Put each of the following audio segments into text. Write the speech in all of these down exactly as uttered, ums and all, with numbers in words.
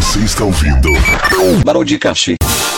Você está ouvindo Barão de Cachê.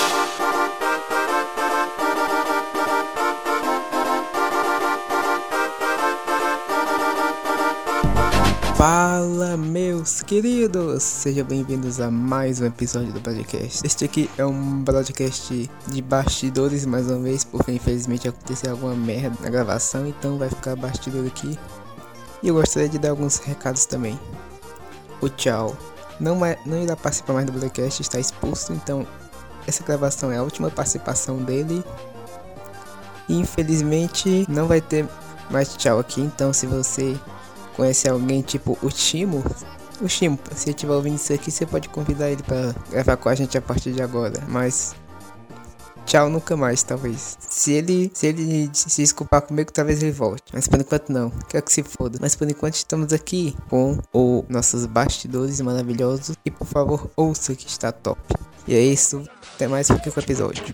Fala, meus queridos! Sejam bem-vindos a mais um episódio do podcast. Este aqui é um podcast de bastidores, mais uma vez, porque infelizmente aconteceu alguma merda na gravação, então vai ficar bastidor aqui. E eu gostaria de dar alguns recados também. O tchau não, é, não irá participar mais do podcast, está expulso, então essa gravação é a última participação dele. E infelizmente não vai ter mais tchau aqui, então se você conhece alguém tipo o Timo, o Timo, se ele estiver ouvindo isso aqui, você pode convidar ele pra gravar com a gente a partir de agora. Mas tchau nunca mais, talvez. Se ele se ele se desculpar comigo, talvez ele volte. Mas por enquanto não, quero que se foda. Mas por enquanto estamos aqui com os nossos bastidores maravilhosos. E por favor, ouça que está top. E é isso, até mais porque com o episódio.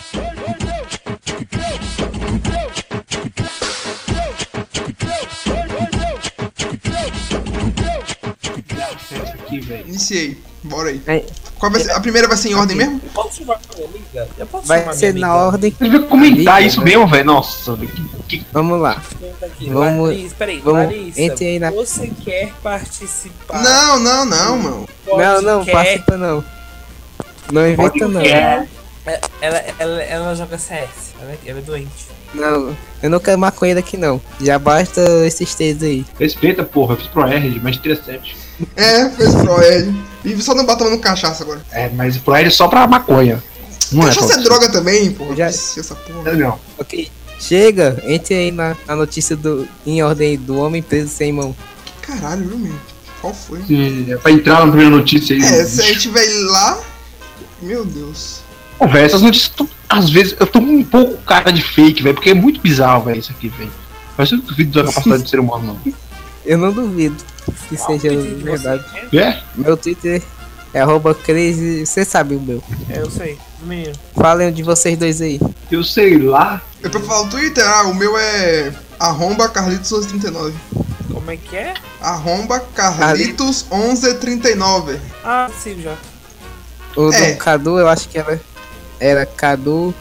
Iniciei, bora aí. É. Qual vai ser? A primeira vai ser em ordem mesmo? Eu posso chamar minha amiga? Eu posso Vai chamar ser minha na amiga? ordem. Você devia comentar Amiga, isso né? mesmo, velho. Nossa, que, Vamos lá. Senta aqui. Vamos- Larissa, peraí, vamos- Larissa, entre aí na- você quer participar? Não, não, não, mano. Não, não, Quer? participa não. Não inventa não. é. Ela, ela, ela joga C S, ela, ela é doente. Não, eu não quero maconha daqui não. Já basta esses três aí. Respeita, porra. Eu fiz pro R, mas interessante. É, fez pro Ed. Vive só não batendo cachaça agora. É, mas pro R só pra maconha. Não é Cachaça pra é droga também, porra. Já- Vixe, essa porra. É, não. Ok. Chega, entre aí na, na notícia do em ordem do homem preso sem mão. Caralho, viu, meu? Qual foi? Se- É pra entrar na primeira notícia aí. É, se a gente vai lá. Meu Deus. Pô, velho, essas notícias, tão- às vezes, eu tô um pouco cara de fake, velho, porque é muito bizarro, velho, isso aqui, velho. Mas eu não duvido da capacidade do ser humano, não. Eu não duvido que Qual seja o pedido verdade. você quer? É? Meu Twitter é arroba crazy. Você sabe o meu. É, eu sei, menino. Falem um de vocês dois aí. Eu sei lá. É pra falar o Twitter? Ah, o meu é. Arromba Carlitos onze trinta e nove. Como é que é? Arromba Carlitos onze trinta e nove. Ah, sigo já. O É. do Cadu, eu acho que era. Era Cadu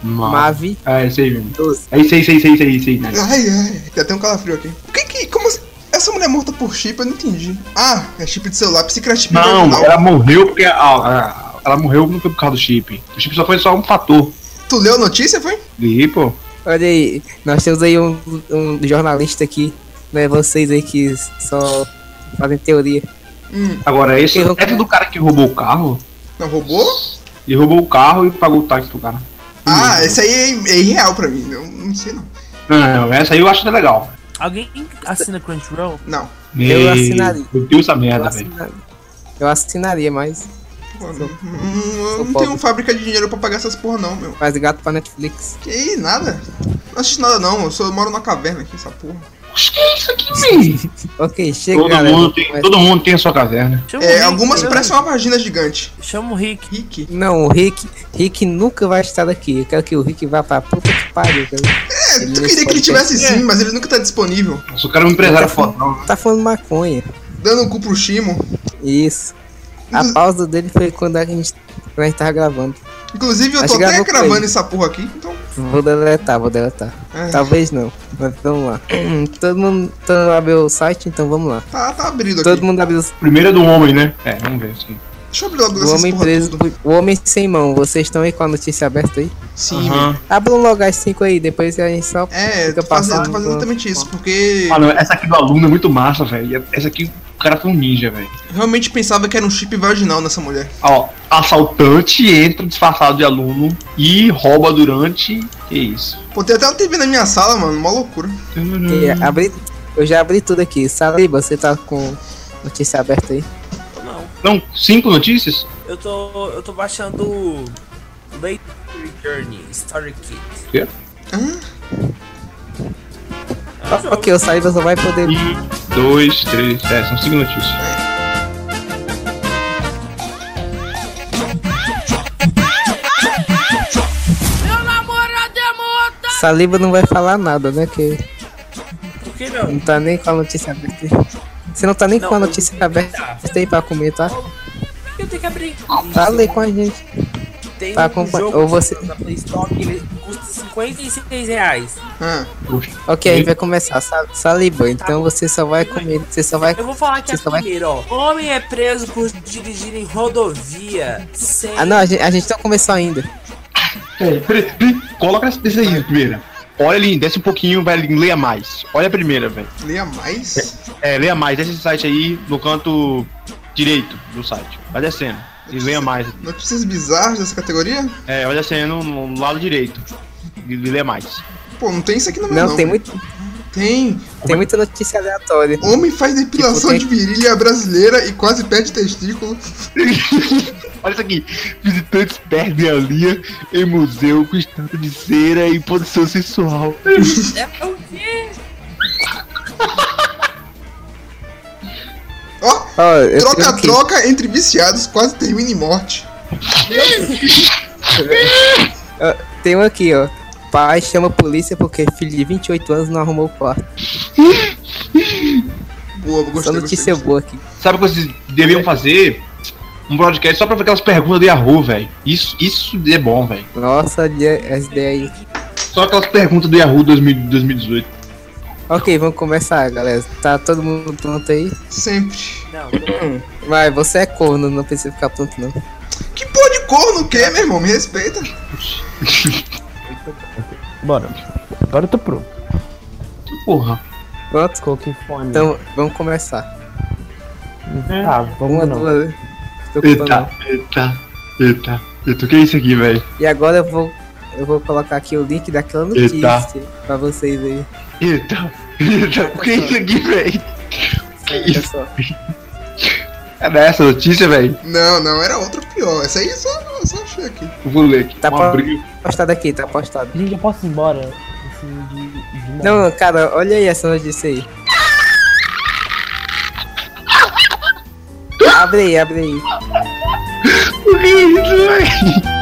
Mavi Ah, é, sei, mesmo. doze. É isso aí, sei, sei, sei, sei. Né? Ai, ai, tem até um calafrio aqui. Por que que. Como assim? Essa mulher é morta por chip? Eu não entendi. Ah, é chip de celular. Pensei que era chip Não, virginal. ela morreu porque. a- a- ela morreu não foi por causa do chip. O chip só foi só um fator. Tu leu a notícia, foi? E, pô. Olha aí, nós temos aí um, um jornalista aqui, né? Vocês aí que só fazem teoria. Hum, Agora, esse Eu- é do cara que roubou o carro. não roubou? Ele roubou o carro e pagou o táxi pro cara. Ah, esse aí é, é irreal pra mim. Eu não sei não. Não, essa aí eu acho até legal. Alguém assina Crunchyroll? Não. Eu E- assinaria. Meu Deus, essa Eu merda, velho. assinaria, eu assinaria, mas Pô, não, Sou- não- eu sou não pobre. tenho fábrica de dinheiro pra pagar essas porra não, meu. faz gato pra Netflix. Que aí, nada. Não assisto nada não. Eu, só, eu moro numa caverna aqui, essa porra. Oxe, que é isso aqui, velho? Ok, chega, Todo, galera. mundo tem- Mas- todo mundo tem a sua caverna. Chama o É, Rick, algumas chama- parecem uma vagina gigante. Chama o Rick. Rick. Não, o Rick, Rick nunca vai estar aqui. Eu quero que o Rick vá pra puta que pariu. Cara. É, Ele tu nesse queria que ele podcast- tivesse sim, mas ele nunca tá disponível. Eu só quero um empresário Tá falando- fodão. Tá falando maconha. Dando o cu pro Shimo. Isso. A pausa dele foi quando a gente, quando a gente tava gravando. Inclusive, eu Acho tô que até gravou com gravando ele. essa porra aqui, então. Vou deletar, vou deletar. É. Talvez não, mas vamos lá. Todo mundo tá abriu o site, então vamos lá. Tá, tá abrido Todo aqui. mundo abriu o Primeiro é do homem, né? É, vamos ver aqui. Deixa eu abrir logo o essas homem porra preso, tudo. o homem sem mão. Vocês estão aí com a notícia aberta aí? Sim, Aham. Abra um logar cinco aí, depois a gente só É, fica tô fazendo, passando. tô fazendo exatamente isso, porque Mano, essa aqui do aluno é muito massa, velho. Essa aqui, o cara foi um ninja, velho. realmente pensava que era um chip vaginal nessa mulher. Ó, assaltante entra disfarçado de aluno e rouba durante. Que isso? Pô, tem até uma T V na minha sala, mano, uma loucura. E abri, eu já abri tudo aqui. Saliba, você tá com notícia aberta aí? Não, Não, cinco notícias? eu tô, eu tô baixando Late Journey, Story Kit. Quê? É um jogo. Ok, o Saliba só vai poder. Um, dois, três, é, são cinco notícias. Saliba não vai falar nada, né? Que Por que não? não tá nem com a notícia aberta aí. Você não tá nem Não, com a eu- notícia aberta aí pra comentar? Eu tem que abrir. Fala aí com a gente. Tem Tá, um acompanha- jogo ou você- na Play Store que ele custa cinquenta e seis reais. Ah, Ok, a gente vai começar. Sa- Saliba, então você só vai comer. Você só vai. Eu vou falar que Você é só vai- primeiro, ó. Homem é preso por dirigir em rodovia sem... Ah, não, a gente, a gente não começou ainda. Peraí, peraí, peraí. Coloca esse aí primeiro. Olha ali, desce um pouquinho, vai ali, leia mais. Olha a primeira, velho. leia mais? É, leia mais, desce esse site aí no canto direito do site. Vai descendo. E leia mais. Notícias bizarras dessa categoria? É, vai descendo no lado direito. E leia mais. Pô, não tem isso aqui no meu Não, não. tem, muito, Tem. tem muita notícia aleatória. Homem faz depilação Tipo, tem- de virilha brasileira e quase perde testículo. Olha isso aqui. Visitantes perdem a linha em museu com estátua de cera e posição sensual. É o quê? Ó, Ó, eu tenho aqui. troca-troca entre viciados quase termina em morte. Ó, tem um aqui, ó. Pai chama a polícia porque filho de vinte e oito anos não arrumou o quarto. Boa, Só gostei, notícia gostei. boa aqui. Sabe o que vocês deviam fazer? Um broadcast só pra ver aquelas perguntas do Yahoo, velho. Isso, isso é bom, velho. Nossa, olha essa ideia aí. Só aquelas perguntas do Yahoo dois mil, dois mil e dezoito. Ok, vamos começar, galera. Tá todo mundo pronto aí? Sempre. Não, Vai, você é corno, não precisa ficar pronto não. Que porra de corno que, meu irmão? Me respeita. Bora. Agora eu tô pronto. Porra. Pronto? Coloquei fone. Então, vamos começar. Tá, vamos Uma, não. duas... Tô contando. Eita, eita, eita. Eita, o que é isso aqui, velho? E agora eu vou... Eu vou colocar aqui o link daquela notícia Eita. pra vocês aí. Eita, eita, o que é isso aqui, velho? Que Olha isso? só. Era essa notícia, velho? Não, não, era outra pior. Essa aí só, só achei aqui. Eu vou ler aqui. Tá Uma pra- briga. Postado aqui, tá postado. Gente, eu posso ir embora? Assim, de, de Não, não, cara, olha aí essa notícia aí. Abre aí, abre aí. O que é isso, velho?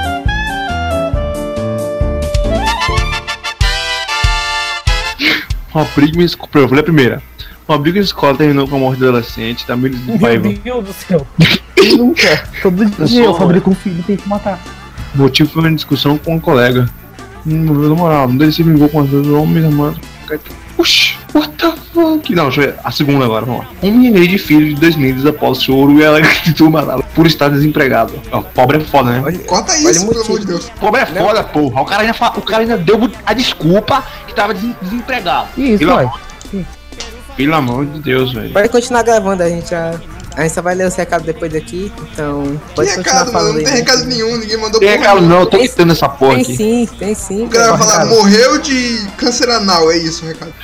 Uma briga em escola. Eu vou ler a primeira. Uma briga em escola terminou com a morte do adolescente da Minas do Meu Paiva. Deus do céu. Nunca. Todo dia eu fabrico um filho e tenho que matar. O motivo foi uma discussão com um colega. Hum, na moral, um deles se vingou com as duas homens amando. Oxi, what the fuck? Não, deixa eu ver. A segunda agora, vamos lá. Um menino de filho de dois meses após choro e ela tentou matá-lo por estar desempregado. Ó, pobre é foda, né? Olha, Corta olha isso, o pelo motivo. amor de Deus. Pobre é foda, porra. O cara ainda, fa... o cara ainda deu a desculpa que tava des- desempregado. Que isso, Pelo vai? amor- Pelo amor de Deus, velho. Pode continuar gravando, a gente já. A gente só vai ler os recados depois daqui, então. Que Pode continuar recado, mano? falando Não aí. tem né? recado nenhum, ninguém mandou Tem porra recado nenhuma. não, eu tô Tem- quitando essa porra Tem aqui. sim, tem sim. O cara vai falar, Cara. morreu de câncer anal, é isso o recado.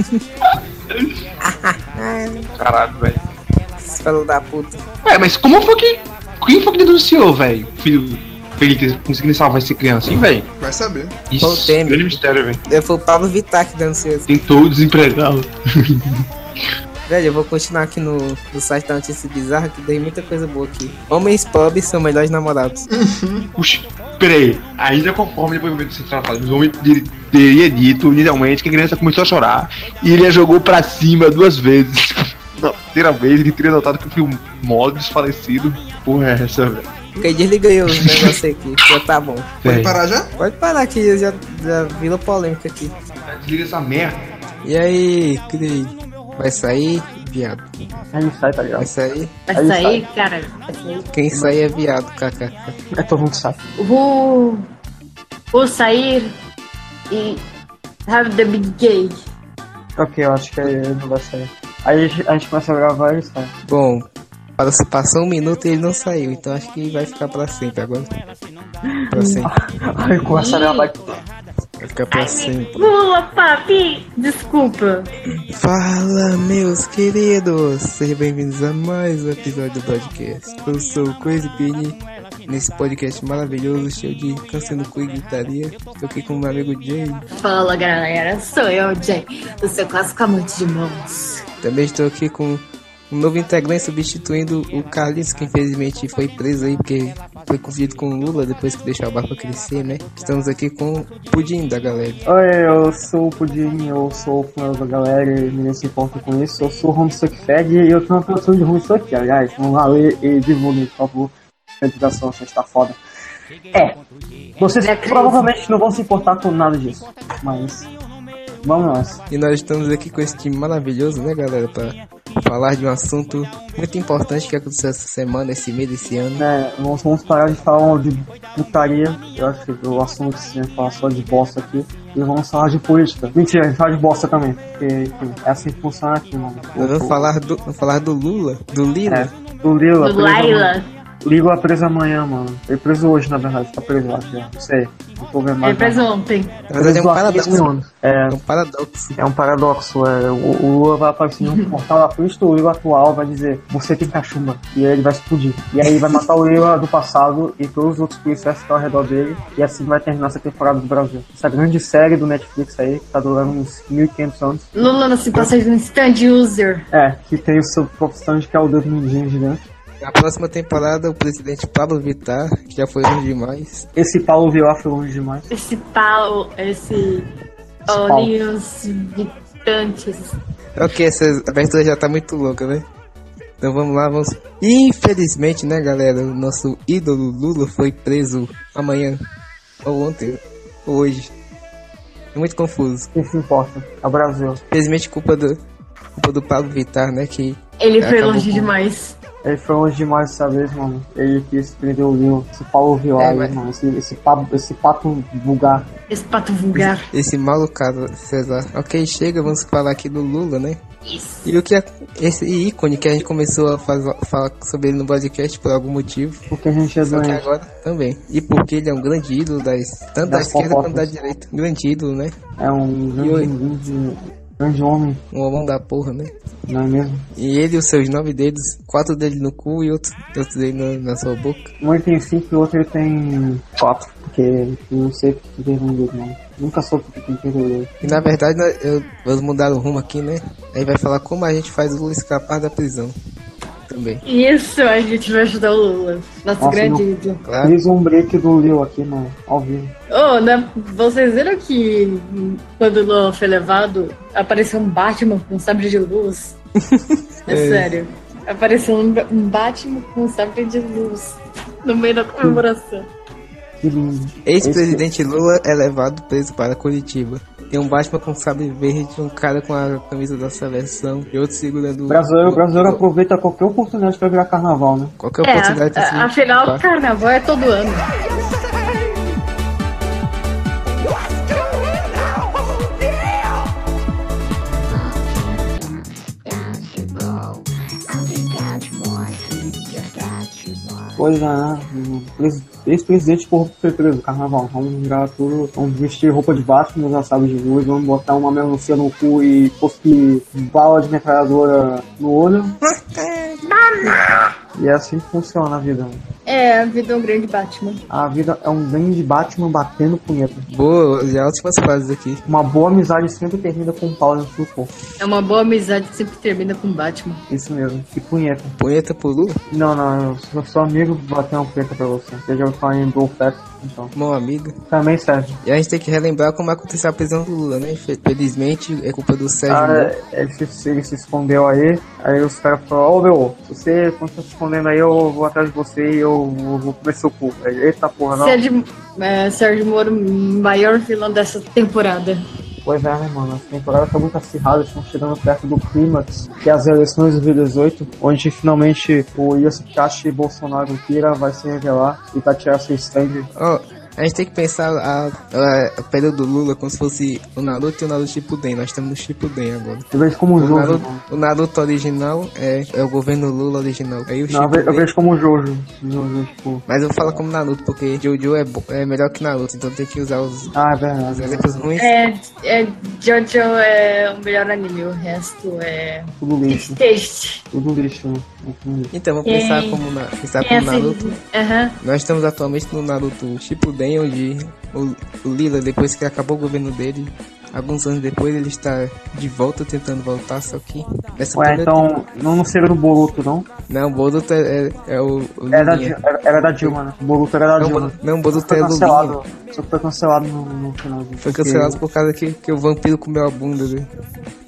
Caralho, velho. Esse filho da puta. É, mas como foi que. Quem foi que denunciou, velho? Filho. Ele conseguindo salvar esse criança, hein, velho? Vai saber. Foi o Isso, Temer. grande mistério, velho. Eu fui o Pablo Vittar que denunciou isso. Tentou desempregá-lo. Velho, eu vou continuar aqui no, no site da Notícia Bizarra, que tem muita coisa boa aqui. Homens pobres são melhores namorados. Puxa, peraí. Ainda conforme o depoimento ser tratado, o homem ter- teria dito inicialmente que a criança começou a chorar e ele a jogou pra cima duas vezes. Na terceira vez ele teria notado que o filho modo desfalecido. Porra, é essa, velho? Ok, desliga aí os negócios aqui, já tá bom. Pode Véi, parar já? Pode parar aqui, já, já virou polêmica aqui. Desliga essa merda. E aí, Cri? Vai sair, viado? Aí sai, tá ligado? Vai sair? Vai Aí sair, cara. Vai sair. Quem sair é viado, kkk. É todo mundo sabe. Vou. Vou sair e. Have the big gay. Ok, eu acho que ele não vai sair. Aí a gente, a gente começa a gravar e sai. Bom, para se passou um minuto e ele não saiu, então acho que vai ficar pra sempre agora. Pra sempre. Aí começa a gravar. Vai ficar pra sempre. Pula, papi! Desculpa. Fala, meus queridos! Sejam bem-vindos a mais um episódio do podcast. Eu sou o Crazy Pini, nesse podcast maravilhoso, cheio de câncer no cu e gritaria. Estou aqui com o meu amigo Jay. Fala, galera. Sou eu, Jay, o seu clássico amante de mãos. Também estou aqui com um novo integrante substituindo o Carlinhos, que infelizmente foi preso aí porque foi confundido com o Lula depois que deixou a barba crescer, né? Estamos aqui com o Pudim da galera. Oi, eu sou o Pudim, eu sou o fã da galera e ninguém se importa com isso. Eu sou o Homestuck Fed e eu tenho uma produção de Homestuck, aliás. Vamos lá ler e divulguem, por favor. federação, você está foda. É, vocês provavelmente não vão se importar com nada disso, mas vamos nós. E nós estamos aqui com esse time maravilhoso, né, galera, pra falar de um assunto muito importante que aconteceu essa semana, esse mês, esse ano. É, nós vamos parar de falar de putaria, eu acho que o assunto que você vai falar só de bosta aqui, e vamos falar de política. Mentira, a gente fala de bosta também, porque enfim, é assim que funciona aqui, mano. Nós vamos falar do, vamos falar do Lula, do Lila. É, do Lila. Do Laila. Lila preso amanhã, mano. Ele preso hoje, na verdade, tá preso lá já. Não sei. Não tô vendo mais. Ele preso ontem. Na verdade é um paradoxo. É, É um paradoxo. é um paradoxo. É. O, o Lula vai aparecer em um portal à frente do Lula atual, vai dizer, você tem cachumba. E aí ele vai explodir. E aí ele vai matar o Lula do passado e todos os outros policiais que estão ao redor dele. E assim vai terminar essa temporada do Brasil. Essa grande série do Netflix aí, que tá durando uns mil e quinhentos anos. Lula não se passa de um stand user. É, que tem o seu próprio stand, que é o dedo mindinho de dentro. Na próxima temporada, o presidente Pablo Vittar, que já foi longe demais. Esse Paulo Vilar foi longe demais. Esse pau, esse olhinhos vitantes. Ok, essa abertura já tá muito louca, né? Então vamos lá, vamos... Infelizmente, né, galera, o nosso ídolo Lula foi preso amanhã, ou ontem, ou hoje. É muito confuso. Quem se importa? É o Brasil. Infelizmente, culpa do, culpa do Pablo Vittar, né, que... Ele foi acabou longe com- demais. Ele foi longe demais dessa vez, mano. Ele quis prender o Lilo. Esse Paulo Vilar É, aí, mas- mano. Esse, esse, papo, esse pato vulgar. Esse pato vulgar. Esse malucado, César. Ok, chega, vamos falar aqui do Lula, né? Isso. E o que é esse ícone que a gente começou a faz, falar sobre ele no podcast por algum motivo. Porque a gente é Só que doente. agora também. E porque ele é um grande ídolo das, tanto da Das esquerda quanto da fofocas. direita. grande ídolo, né? É um grande, oi? grande, grande homem, Um homão da porra, né? não é mesmo? E ele e os seus nove dedos, quatro deles no cu e outro, outro dele na, na sua boca. Um ele tem cinco e o outro ele tem quatro. Porque eu não sei porque tem um dedo, mano. Nunca soube porque tem um dedo. E na verdade, nós, eu, vamos mudar o rumo aqui, né? Aí vai falar como a gente faz o Lula escapar da prisão. Também. Isso, a gente vai ajudar o Lula. Nosso Nossa, grande não- ídolo. Claro. Fiz um break do Lil aqui, mano. Ao vivo. Oh, né? Vocês viram que hum, quando o Lula foi levado, apareceu um Batman com um sabre de luz? É, É. sério. Apareceu um, um Batman com um sabre de luz no meio da comemoração. Que lindo. Ex-presidente Lula é levado preso para Curitiba. Tem um Batman com sabre verde, um cara com a camisa da seleção e outro segurando... O brasileiro, o brasileiro aproveita qualquer oportunidade pra virar carnaval, né? Qualquer É, oportunidade pra se a- afinal, o ocupar. carnaval é todo ano. Pois é, né? Pres- Ex-presidente corrupto foi preso, carnaval. Vamos virar tudo, vamos vestir roupa de Batman, usar sabre de luz, vamos botar uma melancia no cu e cuspir bala de metralhadora no olho. E é assim que funciona a vida. É, a vida é um grande Batman. A vida é um grande Batman batendo punheta. Boa, já ótimas frases aqui. Uma boa amizade sempre termina com um pau no seu corpo. É uma boa amizade que sempre termina com Batman. Isso mesmo. E punheta. Punheta pro Lula, Não, não, eu sou seu amigo bater uma punheta pra você. Você já ouviu falar em Bro Fest, então. mão amiga. Também serve. E a gente tem que relembrar como aconteceu a prisão do Lula, né? Felizmente é culpa do Sérgio Ah, Moro. ele se, ele se escondeu aí, aí os caras falaram, ô meu, se você continuar se escondendo aí, eu vou atrás de você e eu, eu vou comer seu cu. Aí, eita porra, não. Sérgio, é, Sérgio Moro, maior vilão dessa temporada. Pois é, né, mano, a temporada tá muito acirrada, estão chegando perto do clímax, que é as eleições de dois mil e dezoito, onde finalmente o Yoshikashi Bolsonaro Kira vai se revelar e vai tirar seu stand. Ó, a gente tem que pensar a, a, a pedra do Lula como se fosse o Naruto e o Naruto Shippuden. Nós estamos no Shippuden agora. Eu vejo como um O Jojo, Naruto, mano. o Naruto original é, é o governo Lula original. Aí o Não, eu ve- eu Shippuden... vejo como Jojo. Jojo, tipo... Mas eu vou falar como Naruto, porque Jojo é, bo- é melhor que Naruto, então tem que usar os, Ah, é os verdade. exemplos ruins. É, é, Jojo é o melhor anime, o resto é. Tudo lixo. Taste. Tudo lixo, né? Tudo lixo. Então, vamos Quem- pensar como, na, pensar Quem como Naruto. assim? Aham. Nós estamos atualmente no Naruto Shippuden, onde o, o Lila, depois que acabou o governo dele, alguns anos depois ele está de volta, tentando voltar, só que... Nessa Ué, primeira então, não não seria do Boruto, não? tempo- Não, o Boruto é, é, é o, o Era da, Lilinha. Di- era, era da Dilma, né? O Boruto era da Não, Dilma. Boruto- não, o Boruto Foi é o Lulinha. cancelado. Só que foi cancelado no, no final. Foi cancelado por causa que, que o vampiro comeu a bunda dele.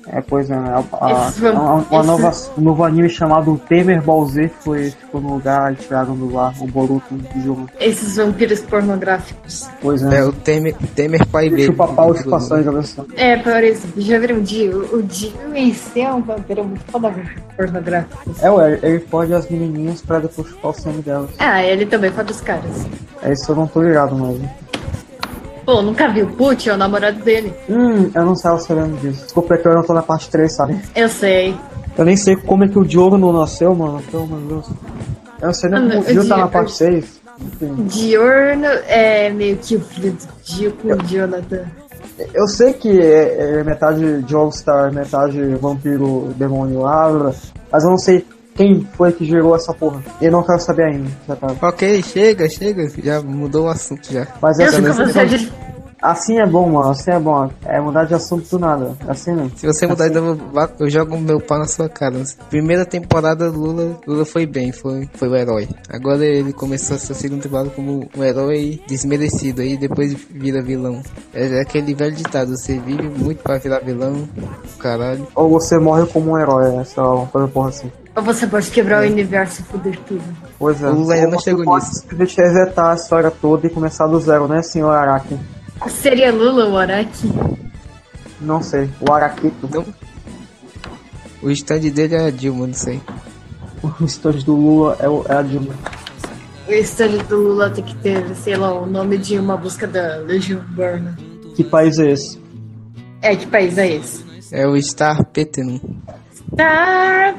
É, pois é, né? A, a, Esse foi- a- uma esse- nova, um novo anime chamado Temer Ball Z foi, ficou no lugar e tiraram do ar o Boruto de jogo. Esses vampiros pornográficos. Pois É é. o Temer, Temer pai dele. Chupa pau, chupa sangue, a versão. É, por exemplo, já viram o Dio? O Dio em si é um vampiro muito foda pornográfico. É, ué, ele pode as menininhas pra depois chupar o sangue delas. Ah, ele também fode os caras. É isso, eu não tô ligado mesmo. Pô, nunca viu o Put, é o namorado dele. Hum, eu não estava sabendo disso. Desculpa, é que eu não tô na parte três, sabe? Eu sei. Eu nem sei como é que o Diogo não nasceu, mano. Pelo amor de Deus. Eu não sei nem Ah, como o o Dio tá Dio- na parte seis. Enfim. Diorno é meio que o filho do Dio com o Jonathan. Eu sei que é, é metade Jogstar, metade vampiro demônio lá, mas eu não sei quem foi que gerou essa porra. Eu não quero saber ainda, já tá. Ok, chega, chega. Já mudou o assunto já. Mas Eu essa fico com vontade de... assim é bom, mano. Assim é bom. É mudar de assunto do nada. Assim mesmo. Se você mudar, então eu vou- eu jogo meu pau na sua cara. Primeira temporada, Lula, Lula foi bem, foi, foi o herói. Agora ele começou essa segunda temporada como um herói desmerecido, aí depois vira vilão. É, é aquele velho ditado, você vive muito pra virar vilão, caralho. Ou você morre como um herói, essa é uma coisa porra assim. Ou você pode quebrar o universo e foder tudo. Pois é. O Lula ainda Ou não você chegou pode nisso. simplesmente resetar a história toda e começar do zero, né, senhor Araki? Seria Lula o Araki? Não sei. O Arakito. Não. O stand dele é a Dilma, não sei. O estande do Lula é, o, é a Dilma. O estande do Lula tem que ter, sei lá, o nome de uma música da Legião Urbana. Que país é esse? É, que país é esse? É o Star Petenum. Tá.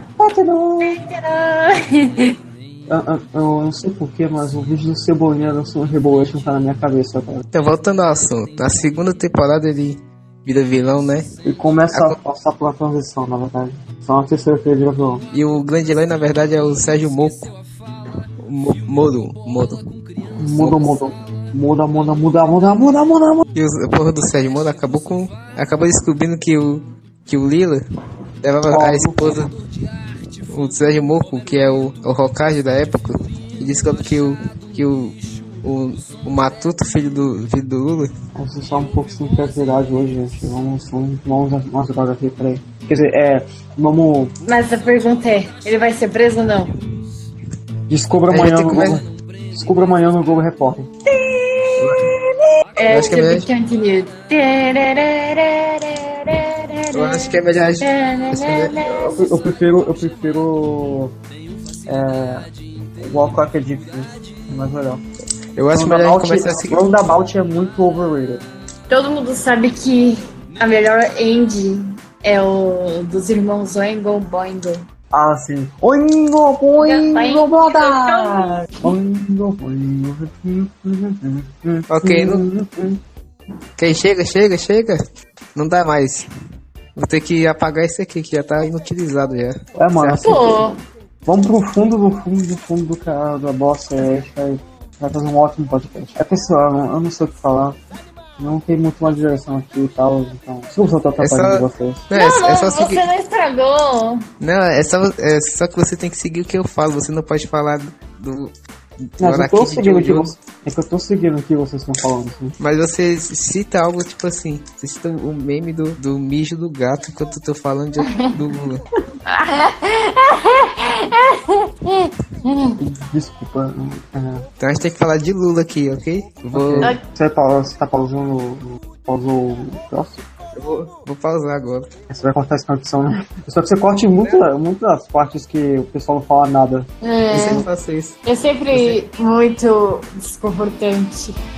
Eu, eu, eu não sei porquê, mas o vídeo do Cebolinha dançando Rebolation tá na minha cabeça, cara. Então, voltando ao assunto. Na segunda temporada ele vira vilão, né? E começa a passar pela transição, na verdade. Só na terceira que ele vira vilão. E o grande herói, na verdade, é o Sérgio Moco. Mo- Moro, Moro. Muda, muda. Muda, muda, muda, muda, muda, muda, muda. E o porra do Sérgio Moro acabou com. Acabou descobrindo que o. Que o Lila levava a esposa. O Sérgio Moco, que é o, o Hokage da época. E descobre que o. Que o. O, o Matuto, filho do, filho do Lula. Vamos só um pouco sem criatividade hoje, gente. Vamos, vamos, vamos umas drogas aqui, peraí. Quer dizer, é. Vamos. Mas a pergunta é, ele vai ser preso ou não? Descubra Aí amanhã vai ter no que Google. Descubra amanhã no Google Repórter. É, acho que é to be melhor- continued. Eu acho que é melhor. Acho que é melhor- Eu, eu prefiro. Eu prefiro. É. Walk Like a Gypsy. É mais legal. Eu acho melhor a gente começar a seguir. Roundabout é muito overrated. Todo mundo sabe que a melhor end é o dos irmãos Oingo Boingo. Ah, sim. Oingo, oingo, moda! Oingo, oingo. Ok, não. Ok, chega, chega, chega. Não dá mais. Vou ter que apagar esse aqui que já tá inutilizado já. É, mano, assim, Pô, vamos pro fundo do fundo do fundo do cara da bosta. É, vai, vai fazer um ótimo podcast. É pessoal, eu não, eu não sei o que falar. Não tem muito uma direção aqui e tal, então. Desculpa se eu tô atrapalhando É só- vocês. Não, não, é, não, é só você seguir. não estragou. Não, é só, é só que você tem que seguir o que eu falo. Você não pode falar do. do Mas eu Araki tô de seguindo o que Jojo. você. É que eu tô seguindo o que vocês estão falando, assim. Mas você cita algo tipo assim. Você cita o meme do, do mijo do gato enquanto eu tô falando de, do Lula. Desculpa. É, Então a gente tem que falar de Lula aqui, ok? Eu vou, ok. Você, pausa, você tá pausando. Pausou o próximo? eu vou, vou pausar agora. Você vai cortar essa condição, né? Eu espero que você corte muita, muitas partes que o pessoal não fala nada. Eu É, sempre faço isso. é sempre muito desconfortante.